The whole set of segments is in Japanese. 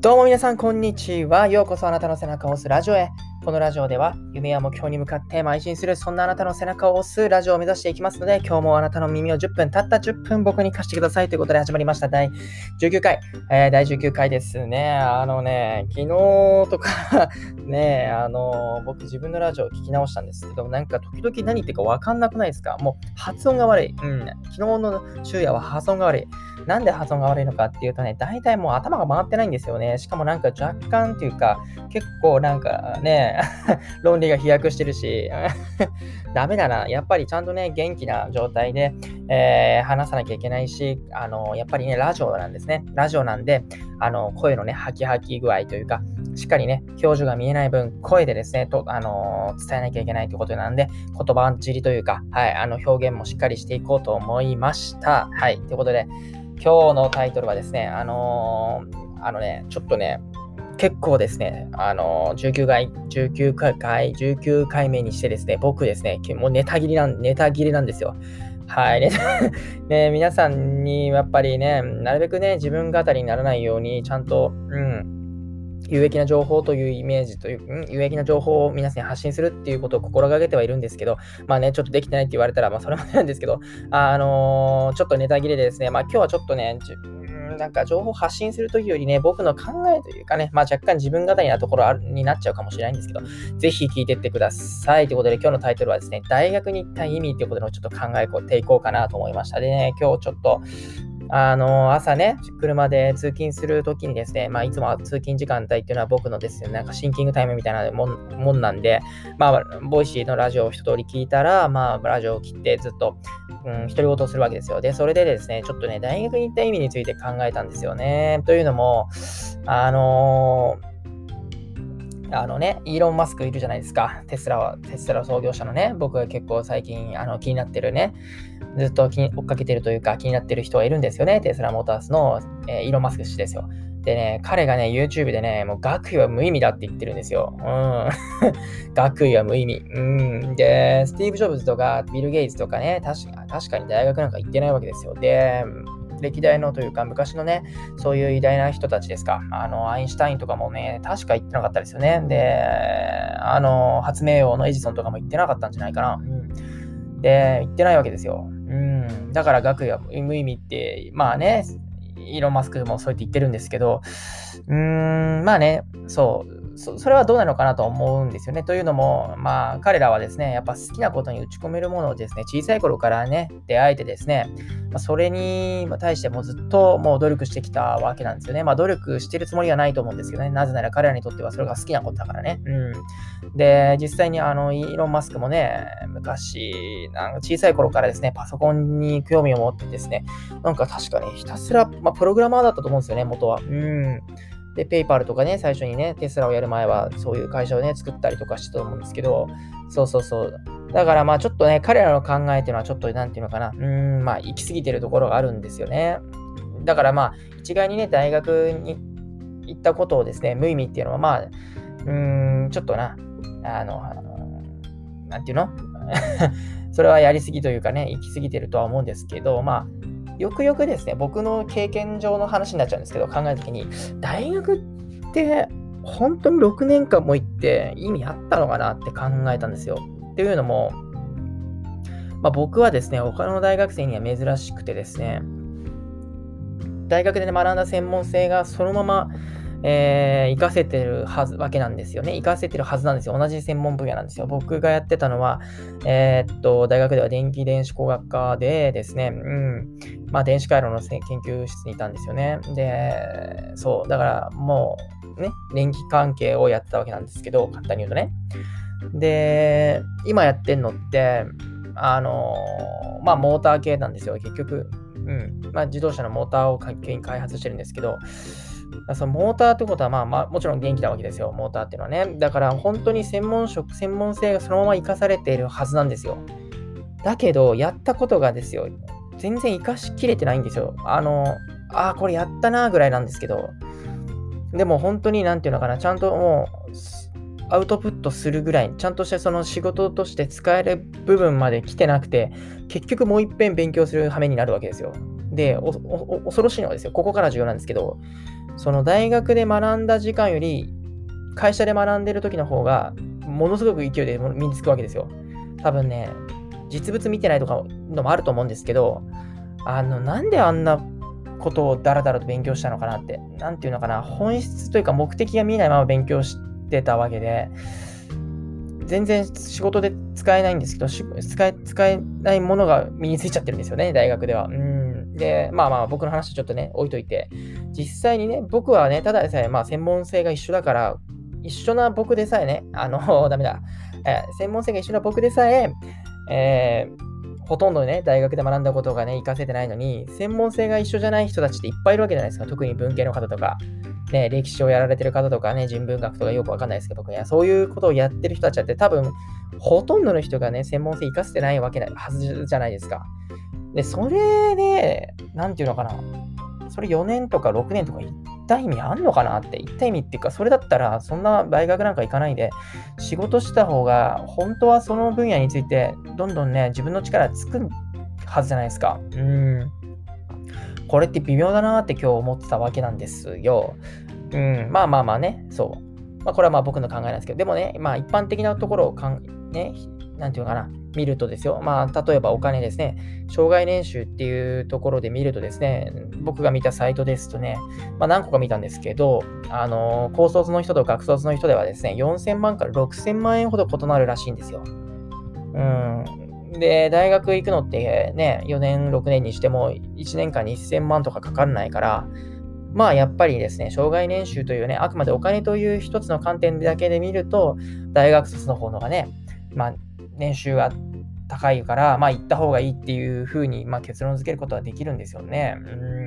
どうも皆さんこんにちは。ようこそあなたの背中を押すラジオへ。このラジオでは夢や目標に向かって邁進する、そんなあなたの背中を押すラジオを目指していきますので、今日もあなたの耳を10分、たった10分僕に貸してくださいということで始まりました第19回、第19回ですね。昨日とかね、僕自分のラジオを聞き直したんですけど、なんか時々何言ってるか分かんなくないですか？もう発音が悪い。昨日の昼夜は発音が悪い。なんで発音が悪いのかっていうとね、大体もう頭が回ってないんですよね。しかもなんか若干っていうか、結構なんかね、論理が飛躍してるし、ダメだな。やっぱりちゃんとね、元気な状態で、話さなきゃいけないし、やっぱりね、ラジオなんですね。ラジオなんで、声のね、ハキハキ具合というか、しっかりね、表情が見えない分、声でですね、伝えなきゃいけないということなんで、言葉尻というか、表現もしっかりしていこうと思いました。はい、ということで、今日のタイトルはですね、ちょっとね、結構ですね、19回目にしてですね、僕ですね、もうネタ切れなんですよ。はい。ね、皆さんにやっぱりね、なるべくね、自分語りにならないように、ちゃんと、有益な情報というイメージという、有益な情報を皆さんに発信するっていうことを心がけてはいるんですけど、ちょっとできてないって言われたら、それまでなんですけど、ちょっとネタ切れでですね、今日はちょっとね、なんか情報発信するときよりね、僕の考えというかね、若干自分語りなところになっちゃうかもしれないんですけど、ぜひ聞いてってください。ということで、今日のタイトルはですね、大学に行った意味ということでちょっと考えていこうかなと思いました。でね、今日ちょっと、朝ね、車で通勤するときにですね、いつも通勤時間帯っていうのは僕のですね、なんかシンキングタイムみたいなもんなんで、ボイシーのラジオを一通り聞いたら、ラジオを切ってずっと、独り言するわけですよ。で、それでですね、ちょっとね、大学に行った意味について考えたんですよね。というのも、イーロン・マスクいるじゃないですか。テスラ創業者のね、僕が結構最近気になってるね、ずっと追っかけてるというか気になってる人がいるんですよね。テスラモータースの、イーロン・マスク氏ですよ。でね、彼がね、YouTube でね、もう学位は無意味だって言ってるんですよ。学位は無意味。で、スティーブ・ジョブズとかビル・ゲイツとかね、確かに大学なんか行ってないわけですよ。で、歴代のというか昔のね、そういう偉大な人たちですか。アインシュタインとかもね、確か行ってなかったですよね。で、発明王のエジソンとかも行ってなかったんじゃないかな。で、行ってないわけですよ。だから学位は無意味って、イーロン・マスクもそうやって言ってるんですけど、それはどうなのかなと思うんですよね。というのも、彼らはですね、やっぱ好きなことに打ち込めるものをですね、小さい頃からね、出会えてですね、それに対してもずっともう努力してきたわけなんですよね。努力してるつもりはないと思うんですけどね。なぜなら彼らにとってはそれが好きなことだからね。で、実際にイーロン・マスクもね、昔、小さい頃からですね、パソコンに興味を持ってですね、なんか確かにひたすら、プログラマーだったと思うんですよね、元は。で、ペイパルとかね、最初にね、テスラをやる前はそういう会社をね、作ったりとかしてたと思うんですけど、そう。だからちょっとね、彼らの考えっていうのはちょっと、なんていうのかな、行き過ぎてるところがあるんですよね。だから一概にね、大学に行ったことをですね、無意味っていうのはちょっとな、なんていうのそれはやりすぎというかね、行き過ぎてるとは思うんですけど、よくよくですね、僕の経験上の話になっちゃうんですけど、考えたときに、大学って本当に6年間も行って意味あったのかなって考えたんですよ。っていうのも、僕はですね、他の大学生には珍しくてですね、大学で、学んだ専門性がそのまま、活かせてるわけなんですよね。活かせてるはずなんですよ。同じ専門分野なんですよ。僕がやってたのは、大学では電気電子工学科でですね、電子回路の研究室にいたんですよね。で、だからもうね、電気関係をやってたわけなんですけど、簡単に言うとね。で、今やってんのって、モーター系なんですよ、結局。自動車のモーターを開発してるんですけど、そのモーターってことは、もちろん電気なわけですよ、モーターっていうのはね。だから本当に専門性がそのまま活かされているはずなんですよ。だけど、やったことがですよ、全然活かしきれてないんですよ。これやったなぐらいなんですけど、でも本当になんていうのかな、ちゃんともう、アウトプットするぐらい、ちゃんとしてその仕事として使える部分まで来てなくて、結局もう一遍勉強する羽目になるわけですよ。で、恐ろしいのはですよ、ここから重要なんですけど、 その大学で学んだ時間より、会社で学んでる時の方が、ものすごく勢いで身につくわけですよ。多分ね、実物見てないとかのもあると思うんですけど、なんであんなことをダラダラと勉強したのかなって、なんていうのかな、本質というか目的が見えないまま勉強してたわけで、全然仕事で使えないんですけど、使えないものが身についちゃってるんですよね、大学では。で、僕の話ちょっとね、置いといて、実際にね、僕はね、ただでさえ、専門性が一緒だから、一緒な僕でさえね、ダメだ。専門性が一緒な僕でさえ、ほとんどね、大学で学んだことがね、活かせてないのに、専門性が一緒じゃない人たちっていっぱいいるわけじゃないですか。特に文系の方とか、ね、歴史をやられてる方とかね、人文学とかよくわかんないですけど、僕ね、そういうことをやってる人たちって多分、ほとんどの人がね、専門性活かせてないわけないはずじゃないですか。で、それで、なんていうのかな、それ4年とか6年とか行った意味あんのかなって、行った意味っていうか、それだったら、そんな大学なんか行かないで、仕事した方が、本当はその分野について、どんどんね、自分の力つくはずじゃないですか。これって微妙だなって今日思ってたわけなんですよ。ね、そう。これは僕の考えなんですけど、でもね、一般的なところをね、なんていうのかな、見るとですよ、例えばお金ですね、生涯年収っていうところで見るとですね、僕が見たサイトですとね、何個か見たんですけど、高卒の人と学卒の人ではですね、4000万から6000万円ほど異なるらしいんですよ。で、大学行くのってね、4年、6年にしても1年間に1000万とかかかんないから、やっぱりですね、生涯年収というね、あくまでお金という一つの観点だけで見ると、大学卒の方のがね、年収が高いから、行った方がいいっていう風に、結論付けることはできるんですよね。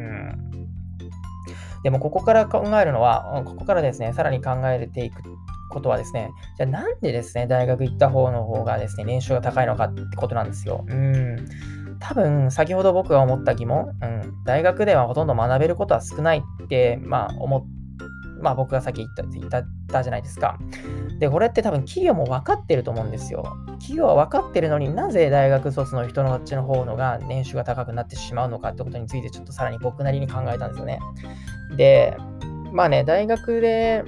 でもここから考えるのは、ここからですね、さらに考えていくことはですね、じゃあなんでですね、大学行った方の方がですね、年収が高いのかってことなんですよ。多分、先ほど僕が思った疑問、大学ではほとんど学べることは少ないって、僕がさっき言ったじゃないですか。で、これって多分企業も分かってると思うんですよ。企業は分かってるのになぜ大学卒の人のっちの方のが年収が高くなってしまうのかってことについてちょっとさらに僕なりに考えたんですよね。で、大学で、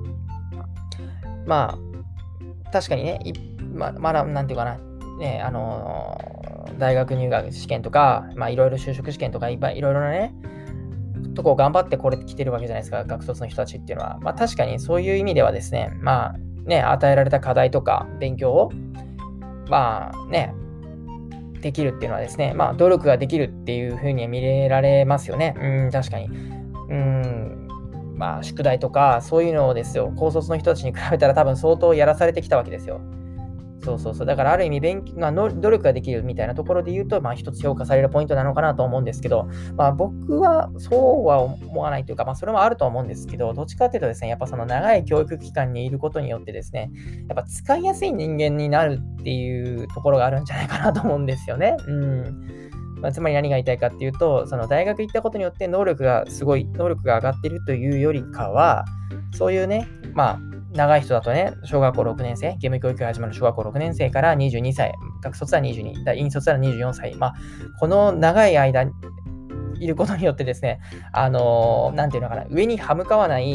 確かにね、なんていうかな、ね、大学入学試験とか、いろいろ就職試験とか、いろいろなね、とこを頑張ってこれ来てるわけじゃないですか、学卒の人たちっていうのは。確かにそういう意味ではですね、与えられた課題とか勉強を、できるっていうのはですね、努力ができるっていう風に見られますよね。確かに。宿題とか、そういうのをですよ、高卒の人たちに比べたら多分相当やらされてきたわけですよ。だからある意味努力ができるみたいなところで言うと、一つ評価されるポイントなのかなと思うんですけど、僕はそうは思わないというか、それもあると思うんですけど、どっちかっていうとですね、やっぱその長い教育期間にいることによってですね、やっぱ使いやすい人間になるっていうところがあるんじゃないかなと思うんですよね。つまり何が言いたいかっていうと、その大学行ったことによって能力が上がっているというよりかは、そういうね、長い人だとね、小学校6年生、義務教育が始まる小学校6年生から22歳、学卒は22、院卒は24歳。この長い間いることによってですね、なんていうのかな、上に歯向かわない、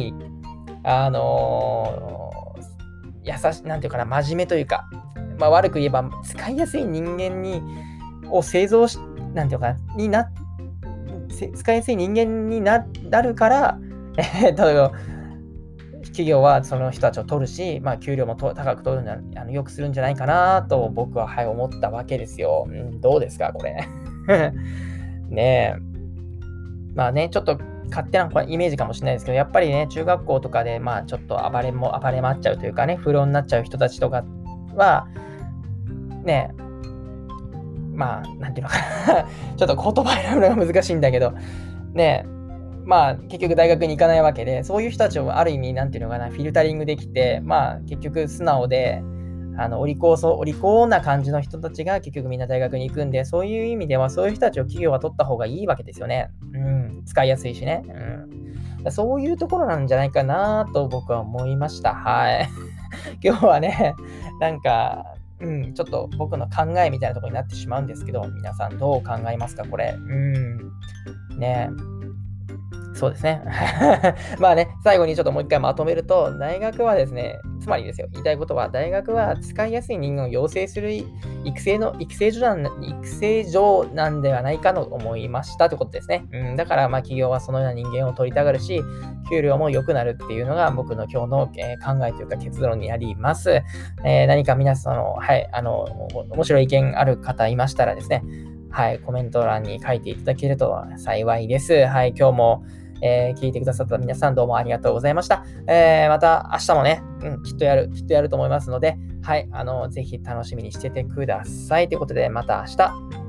なんていうかな、真面目というか、悪く言えば使いやすい人間を製造し、なんていうかな、使いやすい人間になるから、企業はその人たちを取るし、給料も高く取るよくするんじゃないかなと僕は、思ったわけですよ。どうですか、これ。ねえ。ちょっと勝手なイメージかもしれないですけど、やっぱりね、中学校とかで、ちょっと暴れまっちゃうというかね、不良になっちゃう人たちとかは、ねなんていうのかな。ちょっと言葉選ぶのが難しいんだけど、結局大学に行かないわけで、そういう人たちをある意味、なんていうのかな、フィルタリングできて、結局素直で、お利口な感じの人たちが結局みんな大学に行くんで、そういう意味では、そういう人たちを企業は取った方がいいわけですよね。使いやすいしね。そういうところなんじゃないかなと僕は思いました。はい。今日はね、なんか、ちょっと僕の考えみたいなところになってしまうんですけど、皆さんどう考えますか、これ。ねそうですね。まあね、最後にちょっともう一回まとめると、大学はですね、つまりですよ、言いたいことは、大学は使いやすい人間を養成する育成所なんではないかと思いましたということですね。だから、企業はそのような人間を取りたがるし、給料も良くなるっていうのが僕の今日の、考えというか結論になります。何か皆さんの、面白い意見ある方いましたらですね、はい、コメント欄に書いていただけると幸いです。はい、今日も聞いてくださった皆さんどうもありがとうございました。また明日もね、きっとやると思いますので、はい、ぜひ楽しみにしててください。ということで、また明日。